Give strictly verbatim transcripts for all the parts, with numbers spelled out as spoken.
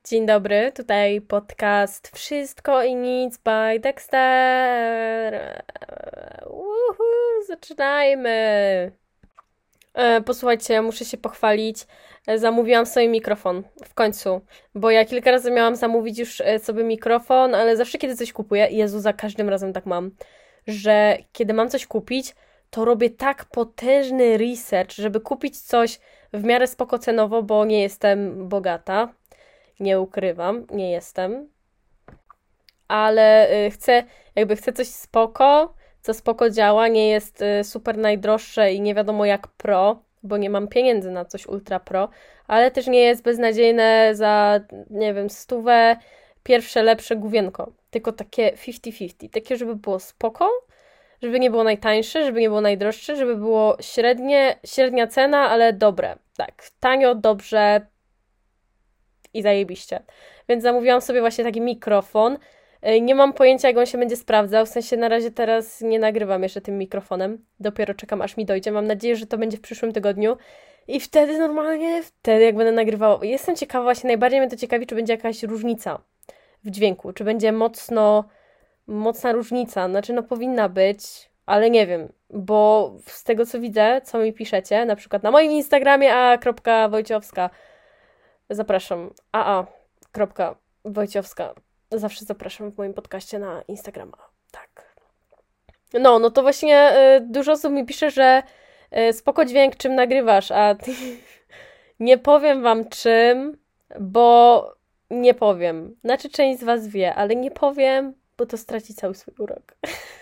Dzień dobry, tutaj podcast Wszystko i Nic by Dexter. Uhu, zaczynajmy. E, posłuchajcie, muszę się pochwalić. E, Zamówiłam sobie mikrofon. W końcu. Bo ja kilka razy miałam zamówić już e, sobie mikrofon, ale zawsze kiedy coś kupuję, Jezu, za każdym razem tak mam, że kiedy mam coś kupić, to robię tak potężny research, żeby kupić coś w miarę spoko cenowo, bo nie jestem bogata. Nie ukrywam, nie jestem. Ale y, chcę, jakby chcę coś spoko, co spoko działa, nie jest y, super najdroższe i nie wiadomo jak pro, bo nie mam pieniędzy na coś ultra pro, ale też nie jest beznadziejne za, nie wiem, stówę, pierwsze lepsze główienko. Tylko takie pięćdziesiąt pięćdziesiąt. Takie, żeby było spoko, żeby nie było najtańsze, żeby nie było najdroższe, żeby było średnie, średnia cena, ale dobre. Tak, tanio, dobrze, i zajebiście. Więc zamówiłam sobie właśnie taki mikrofon. Nie mam pojęcia, jak on się będzie sprawdzał. W sensie na razie teraz nie nagrywam jeszcze tym mikrofonem. Dopiero czekam, aż mi dojdzie. Mam nadzieję, że to będzie w przyszłym tygodniu. I wtedy normalnie, wtedy jak będę nagrywała. Jestem ciekawa, właśnie najbardziej mnie to ciekawi, czy będzie jakaś różnica w dźwięku. Czy będzie mocno, mocna różnica. Znaczy, no powinna być, ale nie wiem. Bo z tego, co widzę, co mi piszecie, na przykład na moim Instagramie a.wojciowska. Zapraszam. A A. Kropka Wojciowska. Zawsze zapraszam w moim podcaście na Instagrama. Tak. No, no to właśnie y, dużo osób mi pisze, że y, spoko dźwięk, czym nagrywasz, a ty... nie powiem wam czym, bo nie powiem. Znaczy, część z was wie, ale nie powiem, bo to straci cały swój urok.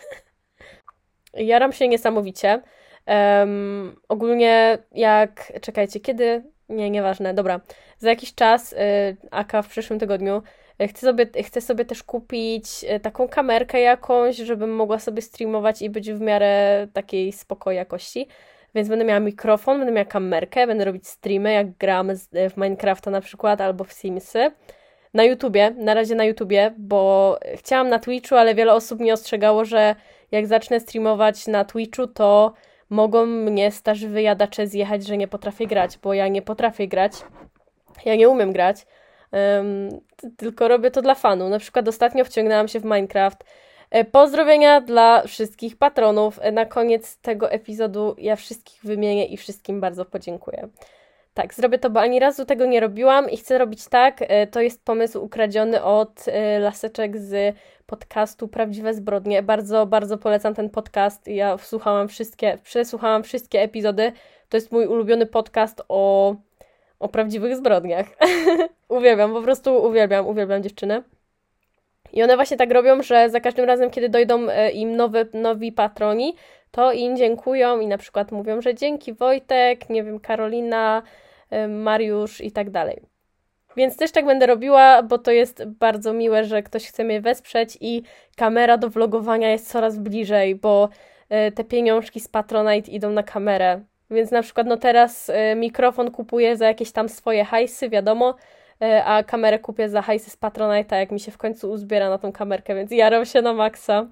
Jaram się niesamowicie. Um, ogólnie jak... Czekajcie, kiedy... Nie, nieważne. Dobra. Za jakiś czas, y, aka w przyszłym tygodniu, y, chcę sobie, chcę sobie też kupić y, taką kamerkę jakąś, żebym mogła sobie streamować i być w miarę takiej spokojnej jakości. Więc będę miała mikrofon, będę miała kamerkę, będę robić streamy, jak gram z, w Minecrafta na przykład, albo w Simsy. Na YouTubie, na razie na YouTubie, bo chciałam na Twitchu, ale wiele osób mi ostrzegało, że jak zacznę streamować na Twitchu, to mogą mnie starzy wyjadacze zjechać, że nie potrafię grać, bo ja nie potrafię grać. Ja nie umiem grać, um, tylko robię to dla fanu. Na przykład ostatnio wciągnęłam się w Minecraft. E, Pozdrowienia dla wszystkich patronów. E, Na koniec tego epizodu ja wszystkich wymienię i wszystkim bardzo podziękuję. Tak, zrobię to, bo ani razu tego nie robiłam i chcę robić tak. e, To jest pomysł ukradziony od e, laseczek z podcastu Prawdziwe Zbrodnie. Bardzo, bardzo polecam ten podcast. Ja słuchałam wszystkie, przesłuchałam wszystkie epizody. To jest mój ulubiony podcast o o prawdziwych zbrodniach. Uwielbiam, po prostu uwielbiam, uwielbiam dziewczyny. I one właśnie tak robią, że za każdym razem, kiedy dojdą e, im nowe, nowi patroni, to im dziękują i na przykład mówią, że dzięki Wojtek, nie wiem, Karolina, e, Mariusz i tak dalej. Więc też tak będę robiła, bo to jest bardzo miłe, że ktoś chce mnie wesprzeć i kamera do vlogowania jest coraz bliżej, bo e, te pieniążki z Patronite idą na kamerę. Więc na przykład no teraz y, mikrofon kupuję za jakieś tam swoje hajsy, wiadomo, y, a kamerę kupię za hajsy z Patronite'a, jak mi się w końcu uzbiera na tą kamerkę, więc jaram się na maksa.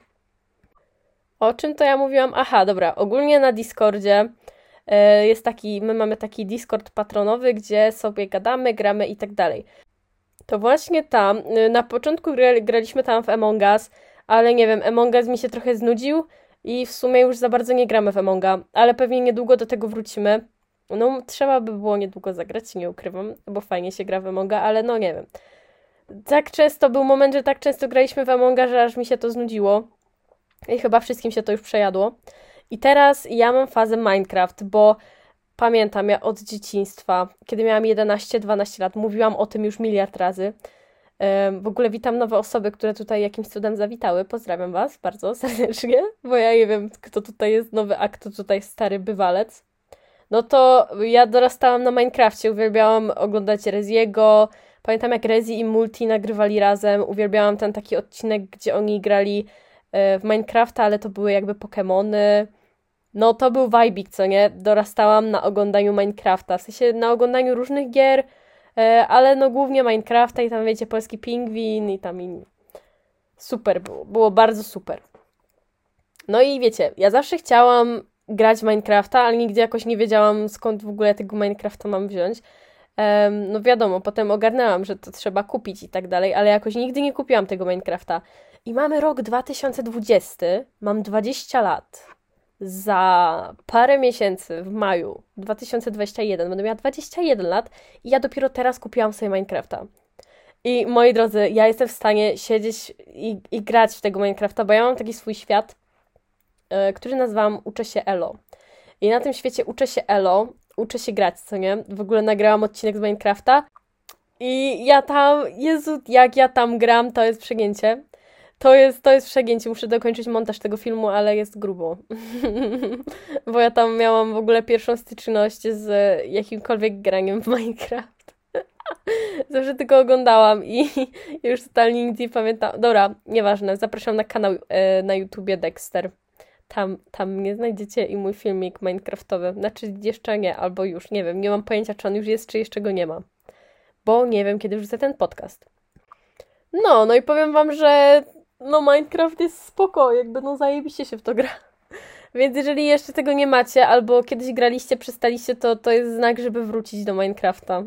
O czym to ja mówiłam? Aha, dobra, ogólnie na Discordzie y, jest taki, my mamy taki Discord patronowy, gdzie sobie gadamy, gramy i tak dalej. To właśnie tam, y, na początku gra, graliśmy tam w Among Us, ale nie wiem, Among Us mi się trochę znudził, i w sumie już za bardzo nie gramy w Amonga, ale pewnie niedługo do tego wrócimy. No, trzeba by było niedługo zagrać, nie ukrywam, bo fajnie się gra w Amonga, ale no nie wiem. Tak często, był moment, że tak często graliśmy w Amonga, że aż mi się to znudziło. I chyba wszystkim się to już przejadło. I teraz ja mam fazę Minecraft, bo pamiętam, ja od dzieciństwa, kiedy miałam jedenaście dwanaście lat, mówiłam o tym już miliard razy. W ogóle witam nowe osoby, które tutaj jakimś cudem zawitały. Pozdrawiam Was bardzo serdecznie, bo ja nie wiem, kto tutaj jest nowy, a kto tutaj stary bywalec. No to ja dorastałam na Minecrafcie, uwielbiałam oglądać Reziego. Pamiętam, jak Rezi i Multi nagrywali razem. Uwielbiałam ten taki odcinek, gdzie oni grali w Minecrafta, ale to były jakby Pokemony. No to był vibik, co nie? Dorastałam na oglądaniu Minecrafta, w sensie na oglądaniu różnych gier, ale no głównie Minecrafta i tam wiecie, polski pingwin i tam inni. Super było, było bardzo super. No i wiecie, ja zawsze chciałam grać w Minecrafta, ale nigdy jakoś nie wiedziałam, skąd w ogóle tego Minecrafta mam wziąć. Um, no wiadomo, potem ogarnęłam, że to trzeba kupić i tak dalej, ale jakoś nigdy nie kupiłam tego Minecrafta. I mamy rok dwa tysiące dwudziesty, mam dwadzieścia lat. Za parę miesięcy, w maju dwa tysiące dwudziestego pierwszego, będę miała dwadzieścia jeden lat i ja dopiero teraz kupiłam sobie Minecrafta. I moi drodzy, ja jestem w stanie siedzieć i, i grać w tego Minecrafta, bo ja mam taki swój świat, yy, który nazwałam Uczę się Elo. I na tym świecie uczę się Elo, uczę się grać, co nie? W ogóle nagrałam odcinek z Minecrafta i ja tam, Jezu, jak ja tam gram, to jest przegięcie. To jest, to jest przegięcie, muszę dokończyć montaż tego filmu, ale jest grubo. Bo ja tam miałam w ogóle pierwszą styczność z jakimkolwiek graniem w Minecraft. Zawsze tylko oglądałam i już totalnie nic nie pamiętam. Dobra, nieważne, zapraszam na kanał e, na YouTubie Dexter. Tam, tam mnie znajdziecie i mój filmik minecraftowy. Znaczy jeszcze nie, albo już, nie wiem, nie mam pojęcia, czy on już jest, czy jeszcze go nie ma. Bo nie wiem, kiedy wrzucę ten podcast. No, no i powiem wam, że no Minecraft jest spoko, jakby no zajebiście się w to gra. Więc jeżeli jeszcze tego nie macie, albo kiedyś graliście, przestaliście, to to jest znak, żeby wrócić do Minecrafta.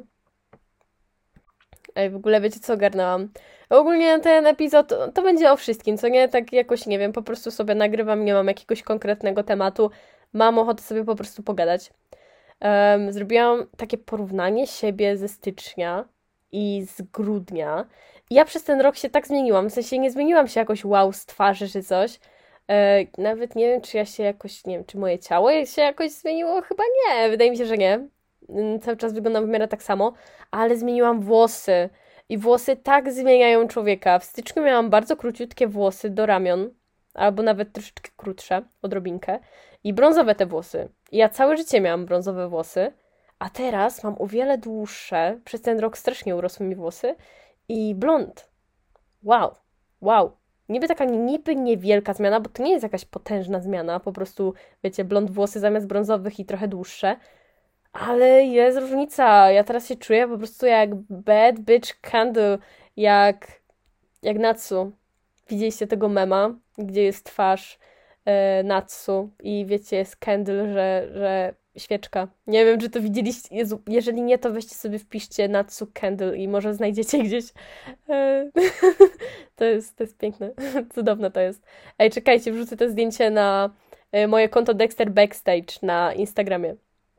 Ej, w ogóle wiecie co ogarnęłam? Ogólnie ten epizod to, to będzie o wszystkim, co nie? Tak jakoś, nie wiem, po prostu sobie nagrywam, nie mam jakiegoś konkretnego tematu. Mam ochotę sobie po prostu pogadać. Um, zrobiłam takie porównanie siebie ze stycznia i z grudnia. I ja przez ten rok się tak zmieniłam. W sensie nie zmieniłam się jakoś wow z twarzy czy coś. E, nawet nie wiem, czy ja się jakoś, nie wiem, czy moje ciało się jakoś zmieniło. Chyba nie. Wydaje mi się, że nie. Cały czas wyglądam w miarę tak samo. Ale zmieniłam włosy. I włosy tak zmieniają człowieka. W styczniu miałam bardzo króciutkie włosy do ramion. Albo nawet troszeczkę krótsze, odrobinkę. I brązowe te włosy. I ja całe życie miałam brązowe włosy. A teraz mam o wiele dłuższe. Przez ten rok strasznie urosły mi włosy. I blond. Wow. Wow. Niby taka niby niewielka zmiana, bo to nie jest jakaś potężna zmiana. Po prostu, wiecie, blond włosy zamiast brązowych i trochę dłuższe. Ale jest różnica. Ja teraz się czuję po prostu jak bad bitch candle. Jak, jak Natsu. Widzieliście tego mema, gdzie jest twarz e, Natsu i wiecie, jest candle, że, że świeczka. Nie wiem, czy to widzieliście. Jezu, jeżeli nie, to weźcie sobie, wpiszcie Natsu candle i może znajdziecie gdzieś. E, to, jest, to jest piękne. Cudowne to jest. Ej, czekajcie, wrzucę to zdjęcie na e, moje konto Dexter Backstage na Instagramie.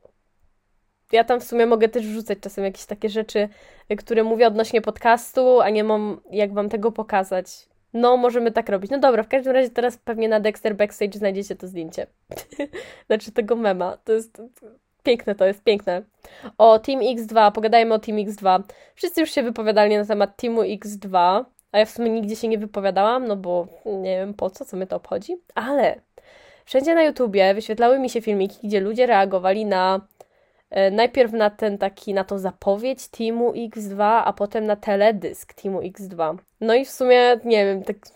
Ja tam w sumie mogę też wrzucać czasem jakieś takie rzeczy, które mówię odnośnie podcastu, a nie mam jak wam tego pokazać. No, możemy tak robić. No dobra, w każdym razie teraz pewnie na Dexter Backstage znajdziecie to zdjęcie. Znaczy tego mema. To jest piękne, to jest piękne. O, Team X dwa, pogadajmy o Team X dwa. Wszyscy już się wypowiadali na temat Teamu X dwa, a ja w sumie nigdzie się nie wypowiadałam, no bo nie wiem po co, co mnie to obchodzi, ale wszędzie na YouTubie wyświetlały mi się filmiki, gdzie ludzie reagowali na najpierw na ten taki, na to zapowiedź Teamu X dwa, a potem na teledysk Teamu X dwa. No i w sumie, nie wiem, tak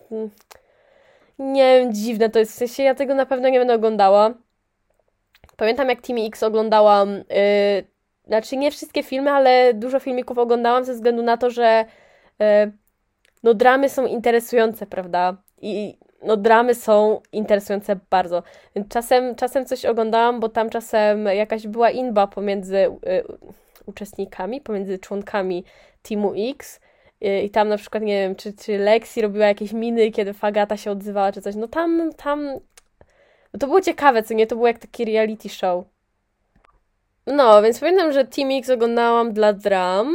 nie wiem, dziwne to jest, w sensie ja tego na pewno nie będę oglądała. Pamiętam jak Team X oglądałam, yy, znaczy nie wszystkie filmy, ale dużo filmików oglądałam ze względu na to, że yy, no dramy są interesujące, prawda? I no dramy są interesujące bardzo. Czasem, czasem coś oglądałam, bo tam czasem jakaś była inba pomiędzy y, uczestnikami, pomiędzy członkami Teamu X y, i tam na przykład, nie wiem, czy, czy Lexi robiła jakieś miny, kiedy Fagata się odzywała, czy coś. No tam, tam... No to było ciekawe, co nie? To było jak taki reality show. No, więc pamiętam, że Team X oglądałam dla dram,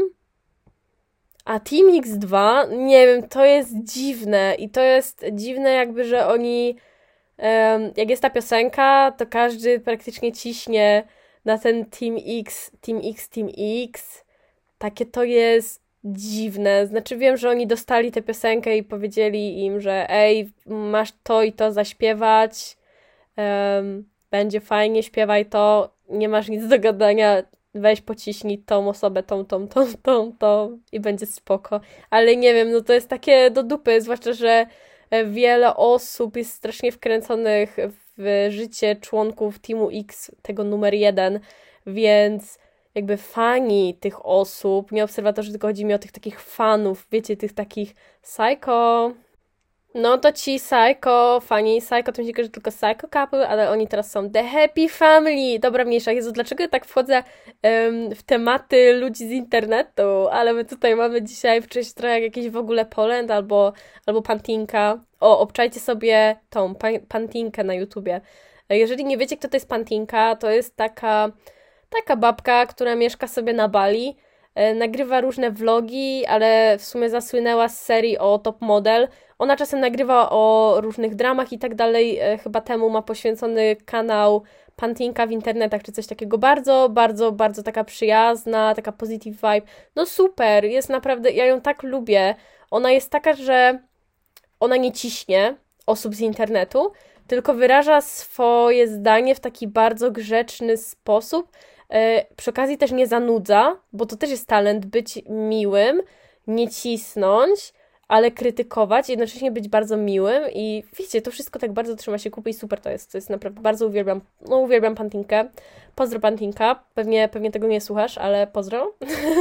a Team X dwa, nie wiem, to jest dziwne i to jest dziwne jakby, że oni, um, jak jest ta piosenka, to każdy praktycznie ciśnie na ten Team X, Team X, Team X. Takie to jest dziwne. Znaczy wiem, że oni dostali tę piosenkę i powiedzieli im, że ej, masz to i to zaśpiewać, um, będzie fajnie, śpiewaj to, nie masz nic do gadania, weź pociśnij tą osobę, tą, tą, tą, tą, tą i będzie spoko. Ale nie wiem, no to jest takie do dupy, zwłaszcza, że wiele osób jest strasznie wkręconych w życie członków Teamu X, tego numer jeden, więc jakby fani tych osób, nie obserwatorzy, tylko chodzi mi o tych takich fanów, wiecie, tych takich psycho, No to ci Psycho, fani Psycho, to mi się kojarzy tylko Psycho Couple, ale oni teraz są The Happy Family. Dobra, mniejsza. Jezu, dlaczego ja tak wchodzę em, w tematy ludzi z internetu? Ale my tutaj mamy dzisiaj wcześniej trochę jak jakiś w ogóle Poland albo, albo Pantinka. O, obczajcie sobie tą pa- Pantinkę na YouTubie. Jeżeli nie wiecie, kto to jest Pantinka, to jest taka, taka babka, która mieszka sobie na Bali. E, Nagrywa różne vlogi, ale w sumie zasłynęła z serii o Top Model. Ona czasem nagrywa o różnych dramach i tak dalej. E, Chyba temu ma poświęcony kanał Pantinka w internetach, czy coś takiego. Bardzo, bardzo, bardzo taka przyjazna, taka positive vibe. No super, jest naprawdę, ja ją tak lubię. Ona jest taka, że ona nie ciśnie osób z internetu, tylko wyraża swoje zdanie w taki bardzo grzeczny sposób. E, Przy okazji też nie zanudza, bo to też jest talent być miłym, nie cisnąć, ale krytykować, jednocześnie być bardzo miłym i wiecie, to wszystko tak bardzo trzyma się kupy i super to jest. To jest naprawdę, bardzo uwielbiam, no uwielbiam Pantinkę. Pozdro Pantinka, pewnie, pewnie tego nie słuchasz, ale pozdro.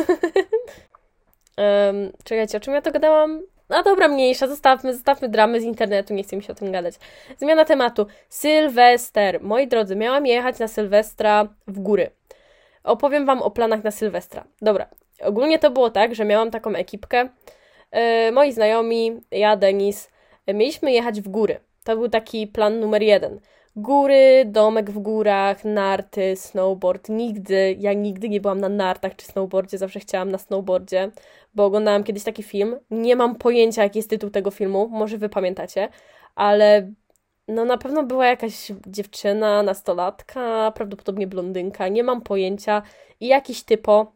Um, czekajcie, o czym ja to gadałam? No dobra, mniejsza, zostawmy, zostawmy dramy z internetu, nie chcę mi się o tym gadać. Zmiana tematu. Sylwester. Moi drodzy, miałam jechać na Sylwestra w góry. Opowiem wam o planach na Sylwestra. Dobra, ogólnie to było tak, że miałam taką ekipkę. Yy, moi znajomi, ja, Denis, yy, mieliśmy jechać w góry. To był taki plan numer jeden. Góry, domek w górach, narty, snowboard. Nigdy, ja nigdy nie byłam na nartach czy snowboardzie, zawsze chciałam na snowboardzie, bo oglądałam kiedyś taki film. Nie mam pojęcia, jaki jest tytuł tego filmu, może wy pamiętacie, ale no na pewno była jakaś dziewczyna, nastolatka, prawdopodobnie blondynka, nie mam pojęcia i jakiś typo,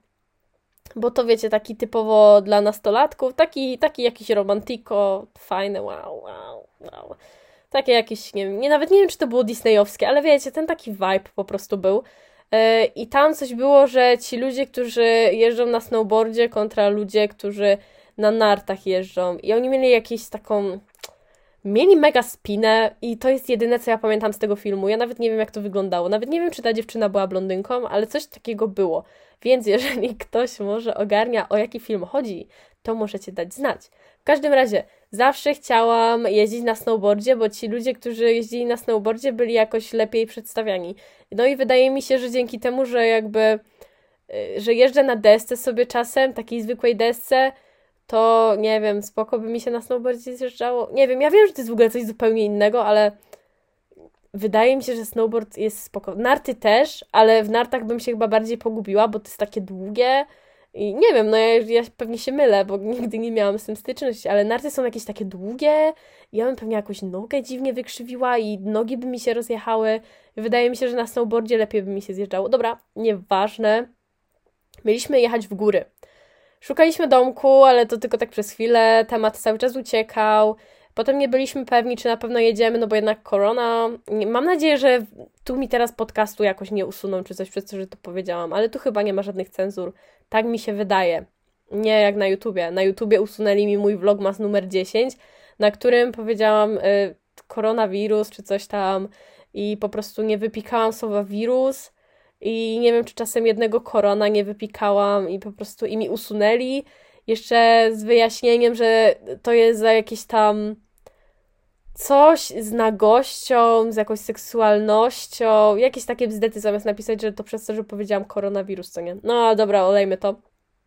bo to wiecie, taki typowo dla nastolatków, taki, taki jakiś romantiko, fajny, wow, wow, wow. Takie jakieś, nie wiem, nie, nawet nie wiem, czy to było disneyowskie, ale wiecie, ten taki vibe po prostu był. Yy, I tam coś było, że ci ludzie, którzy jeżdżą na snowboardzie kontra ludzie, którzy na nartach jeżdżą i oni mieli jakieś taką... Mieli mega spinę i to jest jedyne, co ja pamiętam z tego filmu. Ja nawet nie wiem, jak to wyglądało. Nawet nie wiem, czy ta dziewczyna była blondynką, ale coś takiego było. Więc jeżeli ktoś może ogarnia, o jaki film chodzi, to możecie dać znać. W każdym razie, zawsze chciałam jeździć na snowboardzie, bo ci ludzie, którzy jeździli na snowboardzie, byli jakoś lepiej przedstawiani. No i wydaje mi się, że dzięki temu, że jakby, y, że jeżdżę na desce sobie czasem, takiej zwykłej desce, to nie wiem, spoko by mi się na snowboardzie zjeżdżało. Nie wiem, ja wiem, że to jest w ogóle coś zupełnie innego, ale wydaje mi się, że snowboard jest spoko. Narty też, ale w nartach bym się chyba bardziej pogubiła, bo to jest takie długie i nie wiem, no ja, ja pewnie się mylę, bo nigdy nie miałam z tym styczności, ale narty są jakieś takie długie i ja bym pewnie jakąś nogę dziwnie wykrzywiła i nogi by mi się rozjechały. Wydaje mi się, że na snowboardzie lepiej by mi się zjeżdżało. Dobra, nieważne. Mieliśmy jechać w góry. Szukaliśmy domku, ale to tylko tak przez chwilę, temat cały czas uciekał. Potem nie byliśmy pewni, czy na pewno jedziemy, no bo jednak korona. Mam nadzieję, że tu mi teraz podcastu jakoś nie usuną, czy coś przez to, że to powiedziałam, ale tu chyba nie ma żadnych cenzur. Tak mi się wydaje. Nie jak na YouTubie. Na YouTubie usunęli mi mój vlogmas numer dziesięć, na którym powiedziałam y, koronawirus, czy coś tam i po prostu nie wypikałam słowa wirus. I nie wiem, czy czasem jednego korona nie wypikałam i po prostu i mi usunęli. Jeszcze z wyjaśnieniem, że to jest za jakieś tam coś z nagością, z jakąś seksualnością, jakieś takie bzdety zamiast napisać, że to przez to, że powiedziałam koronawirus, co nie? No dobra, olejmy to.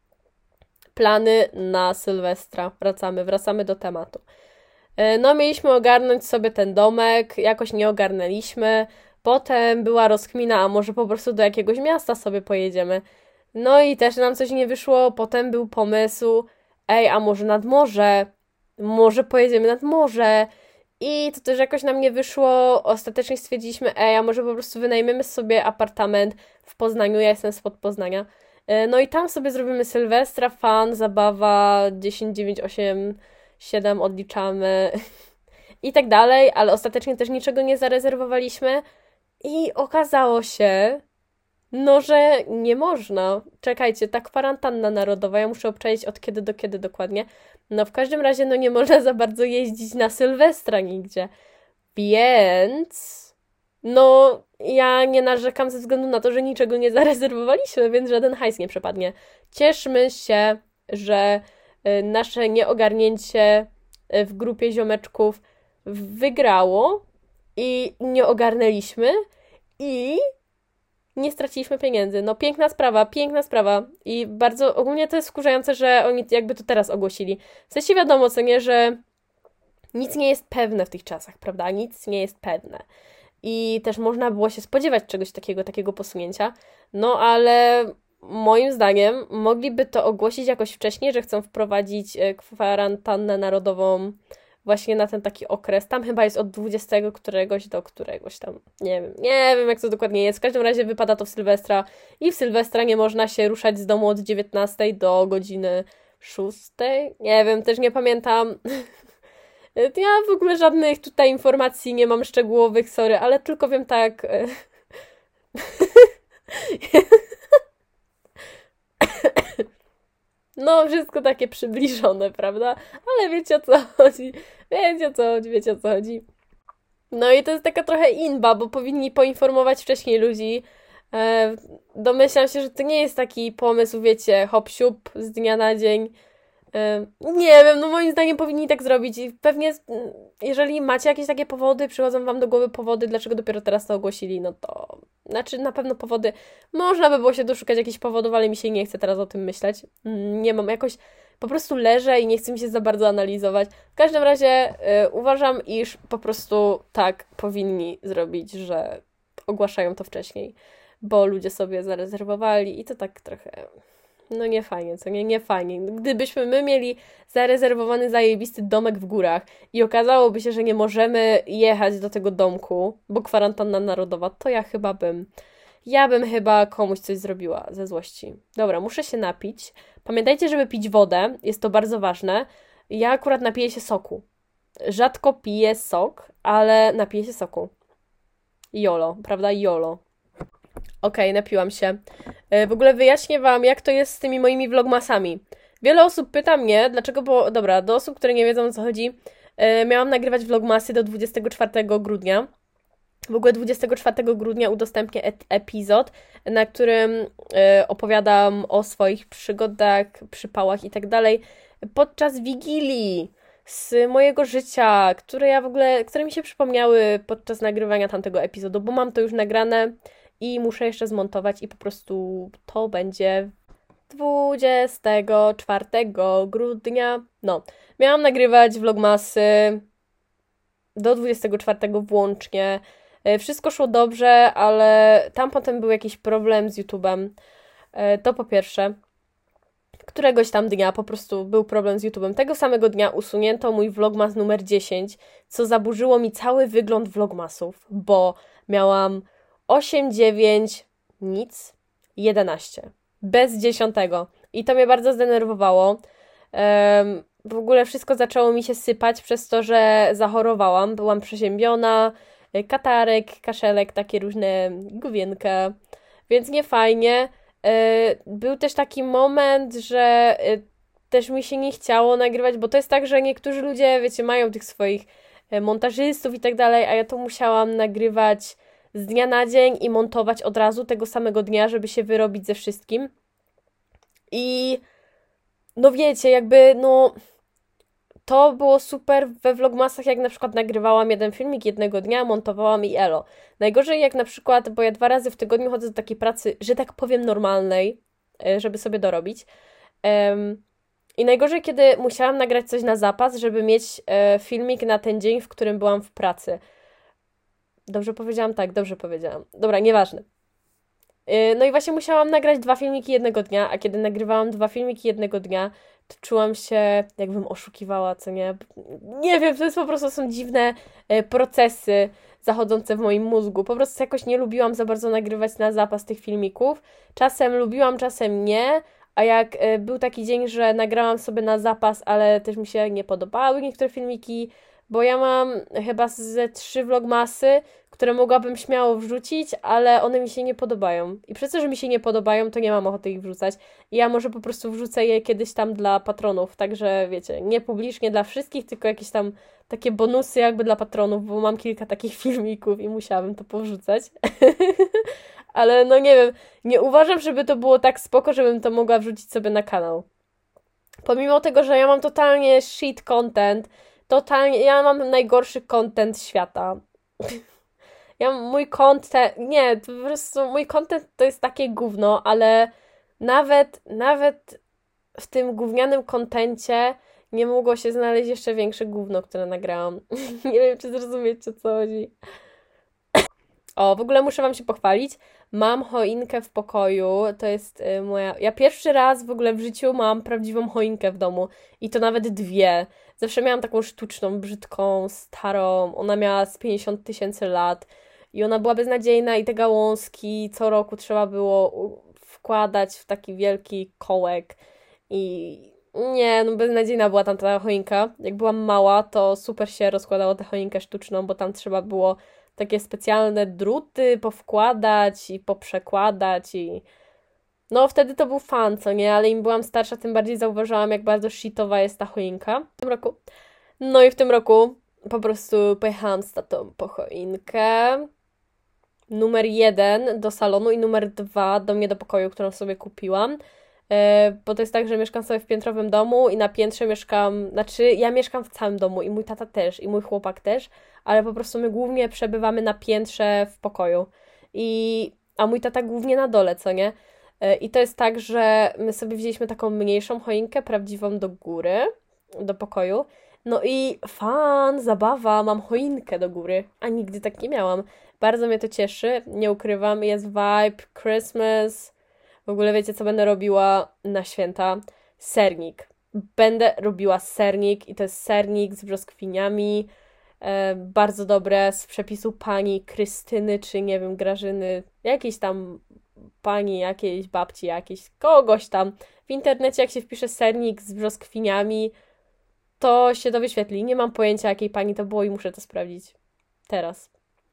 Plany na Sylwestra. Wracamy, wracamy do tematu. No, mieliśmy ogarnąć sobie ten domek, jakoś nie ogarnęliśmy. Potem była rozkmina, a może po prostu do jakiegoś miasta sobie pojedziemy. No i też nam coś nie wyszło. Potem był pomysł, ej, a może nad morze? Może pojedziemy nad morze? I to też jakoś nam nie wyszło. Ostatecznie stwierdziliśmy, ej, a może po prostu wynajmiemy sobie apartament w Poznaniu. Ja jestem spod Poznania. No i tam sobie zrobimy Sylwestra, fun, zabawa, dziesięć, dziewięć, osiem, siedem odliczamy i tak dalej, ale ostatecznie też niczego nie zarezerwowaliśmy. I okazało się, no, że nie można. Czekajcie, ta kwarantanna narodowa, ja muszę obczaić od kiedy do kiedy dokładnie. No w każdym razie, no nie można za bardzo jeździć na Sylwestra nigdzie. Więc, no ja nie narzekam ze względu na to, że niczego nie zarezerwowaliśmy, więc żaden hajs nie przepadnie. Cieszmy się, że nasze nieogarnięcie w grupie ziomeczków wygrało i nie ogarnęliśmy i nie straciliśmy pieniędzy. No piękna sprawa, piękna sprawa i bardzo, ogólnie to jest wkurzające, że oni jakby to teraz ogłosili. W sensie wiadomo, co nie, że nic nie jest pewne w tych czasach, prawda? Nic nie jest pewne. I też można było się spodziewać czegoś takiego, takiego posunięcia. No ale moim zdaniem mogliby to ogłosić jakoś wcześniej, że chcą wprowadzić kwarantannę narodową właśnie na ten taki okres. Tam chyba jest od dwudziestego któregoś do któregoś tam. Nie wiem, nie wiem jak to dokładnie jest. W każdym razie wypada to w Sylwestra i w Sylwestra nie można się ruszać z domu od dziewiętnastej do godziny szóstej. Nie wiem, też nie pamiętam. Ja w ogóle żadnych tutaj informacji nie mam szczegółowych, sorry, ale tylko wiem tak. No, wszystko takie przybliżone, prawda? Ale wiecie o co chodzi. Wiecie o co chodzi, wiecie o co chodzi. No i to jest taka trochę inba, bo powinni poinformować wcześniej ludzi. E, domyślam się, że to nie jest taki pomysł, wiecie, hop siup z dnia na dzień. E, nie wiem, no moim zdaniem powinni tak zrobić. I pewnie, jeżeli macie jakieś takie powody, przychodzą wam do głowy powody, dlaczego dopiero teraz to ogłosili, no to... Znaczy, na pewno powody... Można by było się doszukać jakichś powodów, ale mi się nie chce teraz o tym myśleć. Nie mam jakoś... Po prostu leżę i nie chcę mi się za bardzo analizować. W każdym razie y, uważam, iż po prostu tak powinni zrobić, że ogłaszają to wcześniej, bo ludzie sobie zarezerwowali i to tak trochę... No nie fajnie, co nie? Nie fajnie. Gdybyśmy my mieli zarezerwowany zajebisty domek w górach i okazałoby się, że nie możemy jechać do tego domku, bo kwarantanna narodowa, to ja chyba bym... Ja bym chyba komuś coś zrobiła ze złości. Dobra, muszę się napić. Pamiętajcie, żeby pić wodę. Jest to bardzo ważne. Ja akurat napiję się soku. Rzadko piję sok, ale napiję się soku. Jolo, prawda? Jolo. Okej, okay, napiłam się. W ogóle wyjaśnię wam, jak to jest z tymi moimi vlogmasami. Wiele osób pyta mnie, dlaczego, bo dobra, do osób, które nie wiedzą o co chodzi, miałam nagrywać vlogmasy do dwudziestego czwartego grudnia. W ogóle dwudziestego czwartego grudnia udostępnię e- epizod, na którym y, opowiadam o swoich przygodach, przypałach i tak dalej podczas Wigilii z mojego życia, które ja w ogóle, które mi się przypomniały podczas nagrywania tamtego epizodu, bo mam to już nagrane i muszę jeszcze zmontować i po prostu to będzie dwudziestego czwartego grudnia. No, miałam nagrywać vlogmasy do dwudziestego czwartego włącznie. Wszystko szło dobrze, ale tam potem był jakiś problem z YouTube'em. To po pierwsze. Któregoś tam dnia po prostu był problem z YouTube'em. Tego samego dnia usunięto mój vlogmas numer dziesięć, co zaburzyło mi cały wygląd vlogmasów, bo miałam osiem, dziewięć, nic, jedenaście. Bez dziesiątego. I to mnie bardzo zdenerwowało. Um, w ogóle wszystko zaczęło mi się sypać przez to, że zachorowałam. Byłam przeziębiona, katarek, kaszelek, takie różne główienka, więc nie fajnie. Był też taki moment, że też mi się nie chciało nagrywać, bo to jest tak, że niektórzy ludzie, wiecie, mają tych swoich montażystów i tak dalej, a ja to musiałam nagrywać z dnia na dzień i montować od razu tego samego dnia, żeby się wyrobić ze wszystkim. I no wiecie, jakby no to było super we vlogmasach, jak na przykład nagrywałam jeden filmik jednego dnia, montowałam i elo. Najgorzej jak na przykład, bo ja dwa razy w tygodniu chodzę do takiej pracy, że tak powiem normalnej, żeby sobie dorobić. Um, I najgorzej, kiedy musiałam nagrać coś na zapas, żeby mieć e, filmik na ten dzień, w którym byłam w pracy. Dobrze powiedziałam? Tak, dobrze powiedziałam. Dobra, nieważne. No i właśnie musiałam nagrać dwa filmiki jednego dnia, a kiedy nagrywałam dwa filmiki jednego dnia, to czułam się, jakbym oszukiwała, co nie? Nie wiem, to jest po prostu są dziwne procesy zachodzące w moim mózgu. Po prostu jakoś nie lubiłam za bardzo nagrywać na zapas tych filmików. Czasem lubiłam, czasem nie, a jak był taki dzień, że nagrałam sobie na zapas, ale też mi się nie podobały niektóre filmiki, bo ja mam chyba ze trzy vlogmasy, które mogłabym śmiało wrzucić, ale one mi się nie podobają. I przez to, że mi się nie podobają, to nie mam ochoty ich wrzucać. I ja może po prostu wrzucę je kiedyś tam dla patronów, także wiecie, nie publicznie dla wszystkich, tylko jakieś tam takie bonusy jakby dla patronów, bo mam kilka takich filmików i musiałabym to powrzucać. Ale no nie wiem, nie uważam, żeby to było tak spoko, żebym to mogła wrzucić sobie na kanał. Pomimo tego, że ja mam totalnie shit content, totalnie, ja mam najgorszy content świata. Ja mój content, nie, to po prostu mój content to jest takie gówno, ale nawet, nawet w tym gównianym kontencie nie mogło się znaleźć jeszcze większe gówno, które nagrałam. Nie wiem, czy zrozumiecie, o co chodzi. O, w ogóle muszę wam się pochwalić. Mam choinkę w pokoju. To jest y, moja... Ja pierwszy raz w ogóle w życiu mam prawdziwą choinkę w domu. I to nawet dwie. Zawsze miałam taką sztuczną, brzydką, starą. Ona miała z pięćdziesiąt tysięcy lat. I ona była beznadziejna i te gałązki co roku trzeba było wkładać w taki wielki kołek. I nie, no beznadziejna była tam ta choinka. Jak byłam mała, to super się rozkładało tę choinkę sztuczną, bo tam trzeba było takie specjalne druty powkładać i poprzekładać i... No wtedy to był fan, co nie? Ale im byłam starsza, tym bardziej zauważyłam, jak bardzo shitowa jest ta choinka w tym roku. No i w tym roku po prostu pojechałam z tatą po choinkę. Numer jeden do salonu i numer dwa do mnie do pokoju, którą sobie kupiłam. Bo to jest tak, że mieszkam sobie w piętrowym domu i na piętrze mieszkam, znaczy ja mieszkam w całym domu i mój tata też, i mój chłopak też, ale po prostu my głównie przebywamy na piętrze w pokoju. I, a mój tata głównie na dole, co nie? I to jest tak, że my sobie wzięliśmy taką mniejszą choinkę, prawdziwą do góry, do pokoju. No i fan, zabawa, mam choinkę do góry, a nigdy tak nie miałam. Bardzo mnie to cieszy, nie ukrywam, jest vibe, Christmas. W ogóle wiecie, co będę robiła na święta? Sernik. Będę robiła sernik i to jest sernik z brzoskwiniami. E, bardzo dobre, z przepisu pani Krystyny, czy nie wiem, Grażyny, jakiejś tam pani, jakiejś babci, jakiejś kogoś tam. W internecie jak się wpisze sernik z brzoskwiniami, to się to wyświetli. Nie mam pojęcia, jakiej pani to było i muszę to sprawdzić. Teraz.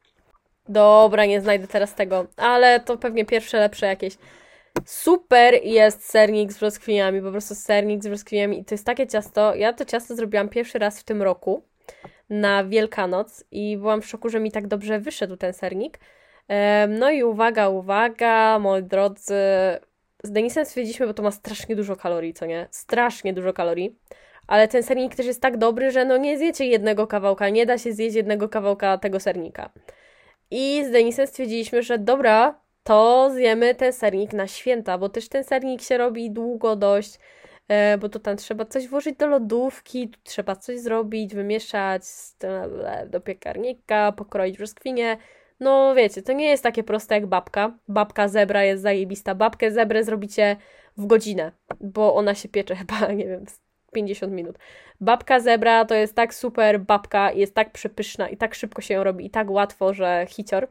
Dobra, nie znajdę teraz tego, ale to pewnie pierwsze, lepsze jakieś. Super jest sernik z brzoskwiniami, po prostu sernik z brzoskwiniami i to jest takie ciasto, ja to ciasto zrobiłam pierwszy raz w tym roku na Wielkanoc i byłam w szoku, że mi tak dobrze wyszedł ten sernik. No i uwaga, uwaga, moi drodzy, z Denisem stwierdziliśmy, bo to ma strasznie dużo kalorii, co nie? Strasznie dużo kalorii, ale ten sernik też jest tak dobry, że no nie zjecie jednego kawałka, nie da się zjeść jednego kawałka tego sernika. I z Denisem stwierdziliśmy, że dobra, to zjemy ten sernik na święta, bo też ten sernik się robi długo dość, e, bo to tam trzeba coś włożyć do lodówki, tu trzeba coś zrobić, wymieszać do piekarnika, pokroić brzoskwinie. No wiecie, to nie jest takie proste jak babka. Babka zebra jest zajebista. Babkę zebrę zrobicie w godzinę, bo ona się piecze chyba, nie wiem, pięćdziesiąt minut. Babka zebra to jest tak super babka, jest tak przepyszna i tak szybko się ją robi i tak łatwo, że hicior.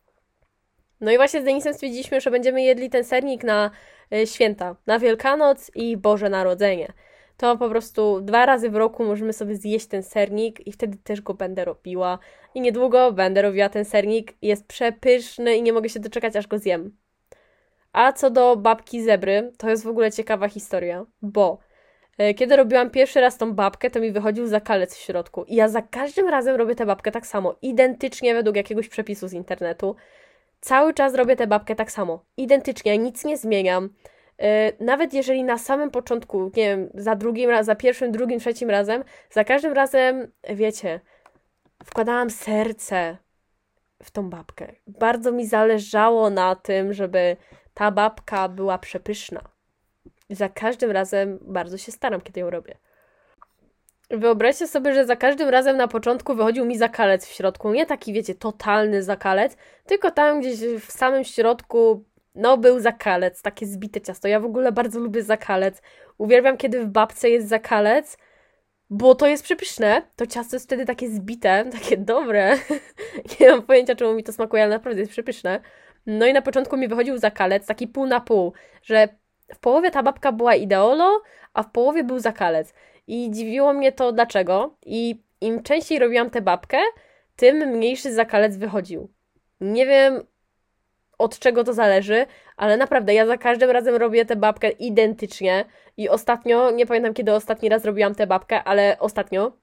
No i właśnie z Denisem stwierdziliśmy, że będziemy jedli ten sernik na y, święta, na Wielkanoc i Boże Narodzenie. To po prostu dwa razy w roku możemy sobie zjeść ten sernik i wtedy też go będę robiła. I niedługo będę robiła ten sernik. Jest przepyszny i nie mogę się doczekać, aż go zjem. A co do babki zebry, to jest w ogóle ciekawa historia, bo y, kiedy robiłam pierwszy raz tą babkę, to mi wychodził zakalec w środku. I ja za każdym razem robię tę babkę tak samo, identycznie według jakiegoś przepisu z internetu. Cały czas robię tę babkę tak samo, identycznie, nic nie zmieniam. Yy, nawet jeżeli na samym początku, nie wiem, za drugim razem, za pierwszym, drugim, trzecim razem, za każdym razem, wiecie, wkładałam serce w tą babkę. Bardzo mi zależało na tym, żeby ta babka była przepyszna. I za każdym razem bardzo się staram, kiedy ją robię. Wyobraźcie sobie, że za każdym razem na początku wychodził mi zakalec w środku. Nie taki, wiecie, totalny zakalec, tylko tam gdzieś w samym środku, no, był zakalec, takie zbite ciasto. Ja w ogóle bardzo lubię zakalec. Uwielbiam, kiedy w babce jest zakalec, bo to jest przepyszne. To ciasto jest wtedy takie zbite, takie dobre. Nie mam pojęcia, czemu mi to smakuje, ale naprawdę jest przepyszne. No i na początku mi wychodził zakalec, taki pół na pół, że w połowie ta babka była ideolo, a w połowie był zakalec. I dziwiło mnie to dlaczego. I im częściej robiłam tę babkę, tym mniejszy zakalec wychodził. Nie wiem, od czego to zależy, ale naprawdę ja za każdym razem robię tę babkę identycznie. I ostatnio, nie pamiętam kiedy ostatni raz robiłam tę babkę, ale ostatnio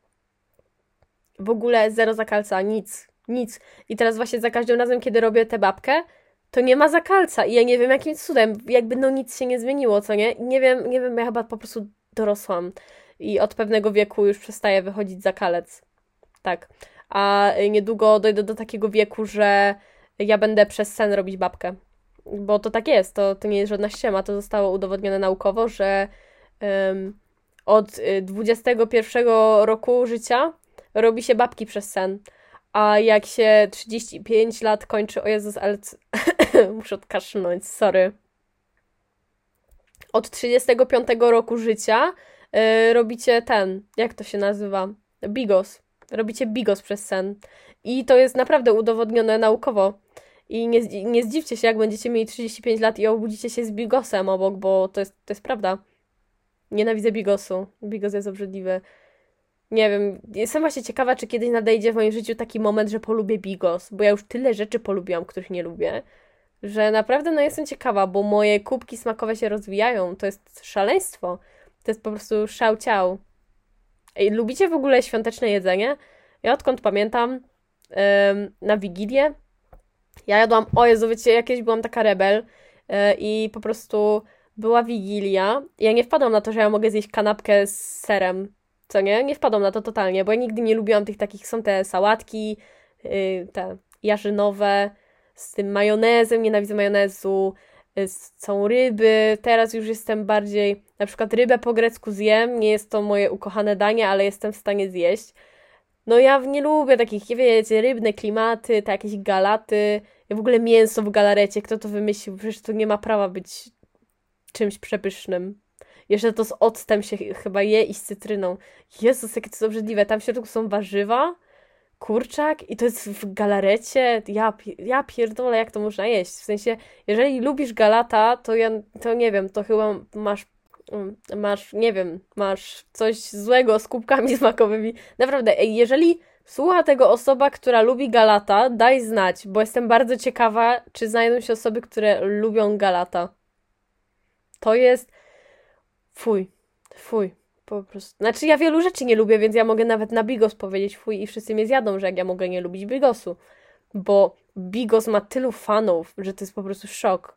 w ogóle zero zakalca, nic, nic. I teraz właśnie za każdym razem, kiedy robię tę babkę, to nie ma zakalca i ja nie wiem jakim cudem, jakby no nic się nie zmieniło, co nie? Nie wiem, nie wiem, ja chyba po prostu dorosłam. i od pewnego wieku już przestaję wychodzić za kalec. Tak. A niedługo dojdę do takiego wieku, że ja będę przez sen robić babkę. Bo to tak jest, to, to nie jest żadna ściema, to zostało udowodnione naukowo, że um, od dwudziestego pierwszego roku życia robi się babki przez sen. A jak się trzydzieści pięć lat kończy, o Jezus, ale muszę odkaszlnąć, sorry. Od trzydziestego piątego roku życia yy, robicie ten, jak to się nazywa? Bigos. Robicie bigos przez sen. I to jest naprawdę udowodnione naukowo. I nie, nie zdziwcie się, jak będziecie mieli trzydzieści pięć lat i obudzicie się z bigosem obok, bo to jest, to jest prawda. Nienawidzę bigosu. Bigos jest obrzydliwy. Nie wiem, jestem właśnie ciekawa, czy kiedyś nadejdzie w moim życiu taki moment, że polubię bigos, bo ja już tyle rzeczy polubiłam, których nie lubię, że naprawdę no jestem ciekawa, bo moje kubki smakowe się rozwijają. To jest szaleństwo. To jest po prostu szał ciał. Ej, lubicie w ogóle świąteczne jedzenie? Ja odkąd pamiętam, ym, na Wigilię ja jadłam, o Jezu, wiecie, jakieś byłam taka rebel yy, i po prostu była Wigilia. Ja nie wpadłam na to, że ja mogę zjeść kanapkę z serem. Co nie? Nie wpadłam na to totalnie, bo ja nigdy nie lubiłam tych takich, są te sałatki, yy, te jarzynowe, z tym majonezem, nienawidzę majonezu, yy, są ryby, teraz już jestem bardziej, na przykład rybę po grecku zjem, nie jest to moje ukochane danie, ale jestem w stanie zjeść. No ja nie lubię takich, wiecie, rybne klimaty, te jakieś galaty, w ogóle mięso w galarecie, kto to wymyślił? Przecież to nie ma prawa być czymś przepysznym. Jeszcze to z octem się chyba je i z cytryną. Jezus, jakie to jest obrzydliwe. Tam w środku są warzywa, kurczak i to jest w galarecie. Ja, ja pierdolę, jak to można jeść. W sensie, jeżeli lubisz galata, to ja, to nie wiem, to chyba masz, masz, nie wiem, masz coś złego z kubkami smakowymi. Naprawdę, jeżeli słucha tego osoba, która lubi galata, daj znać, bo jestem bardzo ciekawa, czy znajdą się osoby, które lubią galata. To jest... Fuj, fuj, po prostu. Znaczy ja wielu rzeczy nie lubię, więc ja mogę nawet na bigos powiedzieć fuj i wszyscy mnie zjadą, że jak ja mogę nie lubić bigosu. Bo bigos ma tylu fanów, że to jest po prostu szok.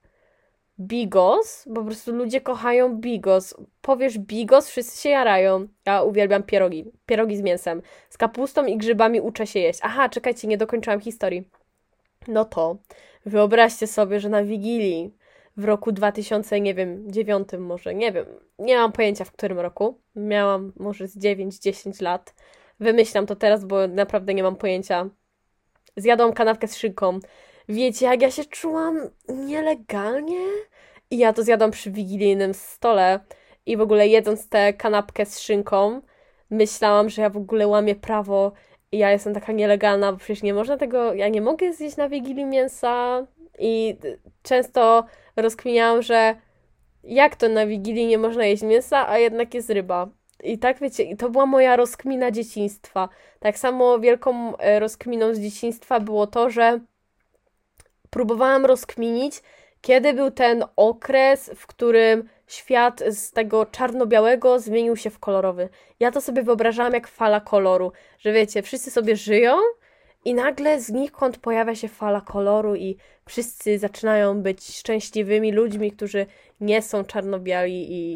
Bigos, po prostu ludzie kochają bigos. Powiesz bigos, wszyscy się jarają. Ja uwielbiam pierogi. Pierogi z mięsem. Z kapustą i grzybami uczę się jeść. Aha, czekajcie, nie dokończyłam historii. No to wyobraźcie sobie, że na Wigilii w roku dwa tysiące, nie wiem, dziewiątym może, nie wiem, nie mam pojęcia w którym roku, miałam może z dziewięć dziesięć lat, wymyślam to teraz, bo naprawdę nie mam pojęcia. Zjadłam kanapkę z szynką. Wiecie, jak ja się czułam nielegalnie? I ja to zjadłam przy wigilijnym stole i w ogóle jedząc tę kanapkę z szynką, myślałam, że ja w ogóle łamię prawo i ja jestem taka nielegalna, bo przecież nie można tego, ja nie mogę zjeść na Wigilii mięsa i często rozkminiałam, że jak to na Wigilii nie można jeść mięsa, a jednak jest ryba. I tak wiecie, i to była moja rozkmina dzieciństwa. Tak samo wielką rozkminą z dzieciństwa było to, że próbowałam rozkminić, kiedy był ten okres, w którym świat z tego czarno-białego zmienił się w kolorowy. Ja to sobie wyobrażałam jak fala koloru, że wiecie, wszyscy sobie żyją i nagle znikąd pojawia się fala koloru i wszyscy zaczynają być szczęśliwymi ludźmi, którzy nie są czarno-biali i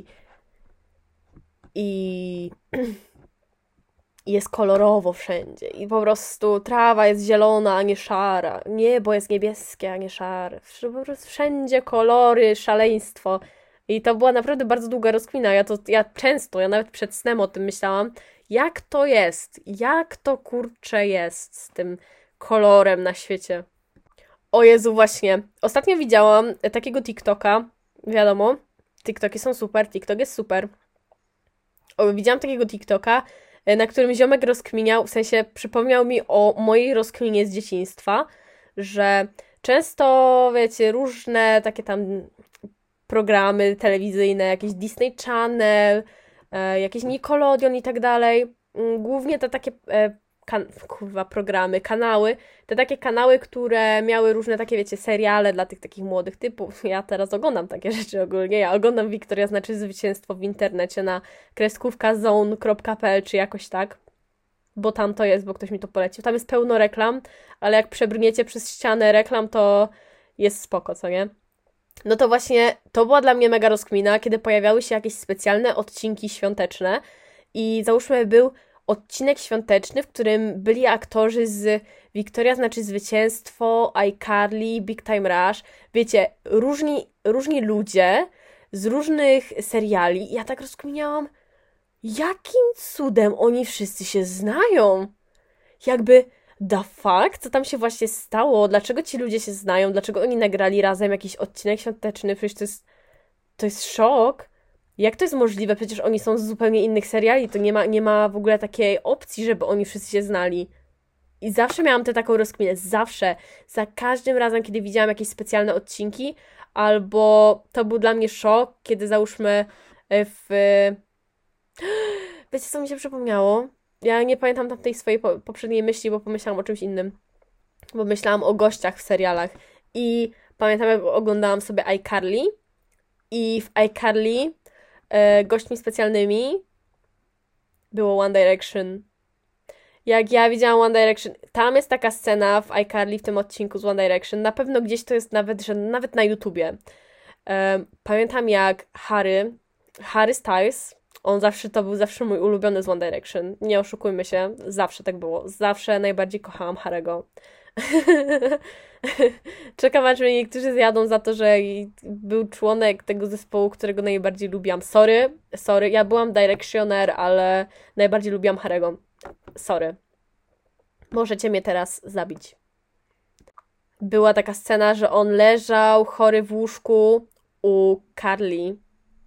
i jest kolorowo wszędzie i po prostu trawa jest zielona, a nie szara, niebo jest niebieskie, a nie szare, po prostu wszędzie kolory, szaleństwo i to była naprawdę bardzo długa rozkmina, ja to, ja często, ja nawet przed snem o tym myślałam, jak to jest, jak to kurcze jest z tym kolorem na świecie. O Jezu, właśnie, ostatnio widziałam takiego TikToka, wiadomo, TikToki są super, TikTok jest super. O, widziałam takiego TikToka, na którym ziomek rozkminiał, w sensie przypomniał mi o mojej rozkminie z dzieciństwa, że często, wiecie, różne takie tam programy telewizyjne, jakieś Disney Channel, e, jakieś Nickelodeon i tak dalej, głównie te takie e, kan- kurwa, programy, kanały, te takie kanały, które miały różne takie, wiecie, seriale dla tych takich młodych typów. Ja teraz oglądam takie rzeczy ogólnie. Ja oglądam Wiktoria znaczy zwycięstwo w internecie na kreskówka zone kropka p l czy jakoś tak, bo tam to jest, bo ktoś mi to polecił. Tam jest pełno reklam, ale jak przebrniecie przez ścianę reklam, to jest spoko, co nie? No to właśnie, to była dla mnie mega rozkmina, kiedy pojawiały się jakieś specjalne odcinki świąteczne i załóżmy był odcinek świąteczny, w którym byli aktorzy z Wiktoria znaczy zwycięstwo, iCarly, Big Time Rush, wiecie, różni, różni ludzie z różnych seriali. I ja tak rozkminiałam, jakim cudem oni wszyscy się znają? Jakby, the fuck? Co tam się właśnie stało? Dlaczego ci ludzie się znają? Dlaczego oni nagrali razem jakiś odcinek świąteczny? Przecież to jest, to jest szok. Jak to jest możliwe? Przecież oni są z zupełnie innych seriali. To nie ma, nie ma w ogóle takiej opcji, żeby oni wszyscy się znali. I zawsze miałam tę taką rozkminę. Zawsze. Za każdym razem, kiedy widziałam jakieś specjalne odcinki, albo to był dla mnie szok, kiedy załóżmy w... Wiecie, co mi się przypomniało? Ja nie pamiętam tam tej swojej po- poprzedniej myśli, bo pomyślałam o czymś innym. Bo myślałam o gościach w serialach. I pamiętam, jak oglądałam sobie iCarly. I w iCarly e, gośćmi specjalnymi było One Direction. Jak ja widziałam One Direction, tam jest taka scena w iCarly, w tym odcinku z One Direction. Na pewno gdzieś to jest nawet, że nawet na YouTubie. E, pamiętam, jak Harry, Harry Styles, on zawsze, to był zawsze mój ulubiony z One Direction. Nie oszukujmy się, zawsze tak było. Zawsze najbardziej kochałam Harry'ego. Czekam, aż mnie niektórzy zjadą za to, że był członek tego zespołu, którego najbardziej lubiłam. Sorry, sorry, ja byłam Directioner, ale najbardziej lubiłam Harry'ego. Sorry. Możecie mnie teraz zabić. Była taka scena, że on leżał chory w łóżku u Carly.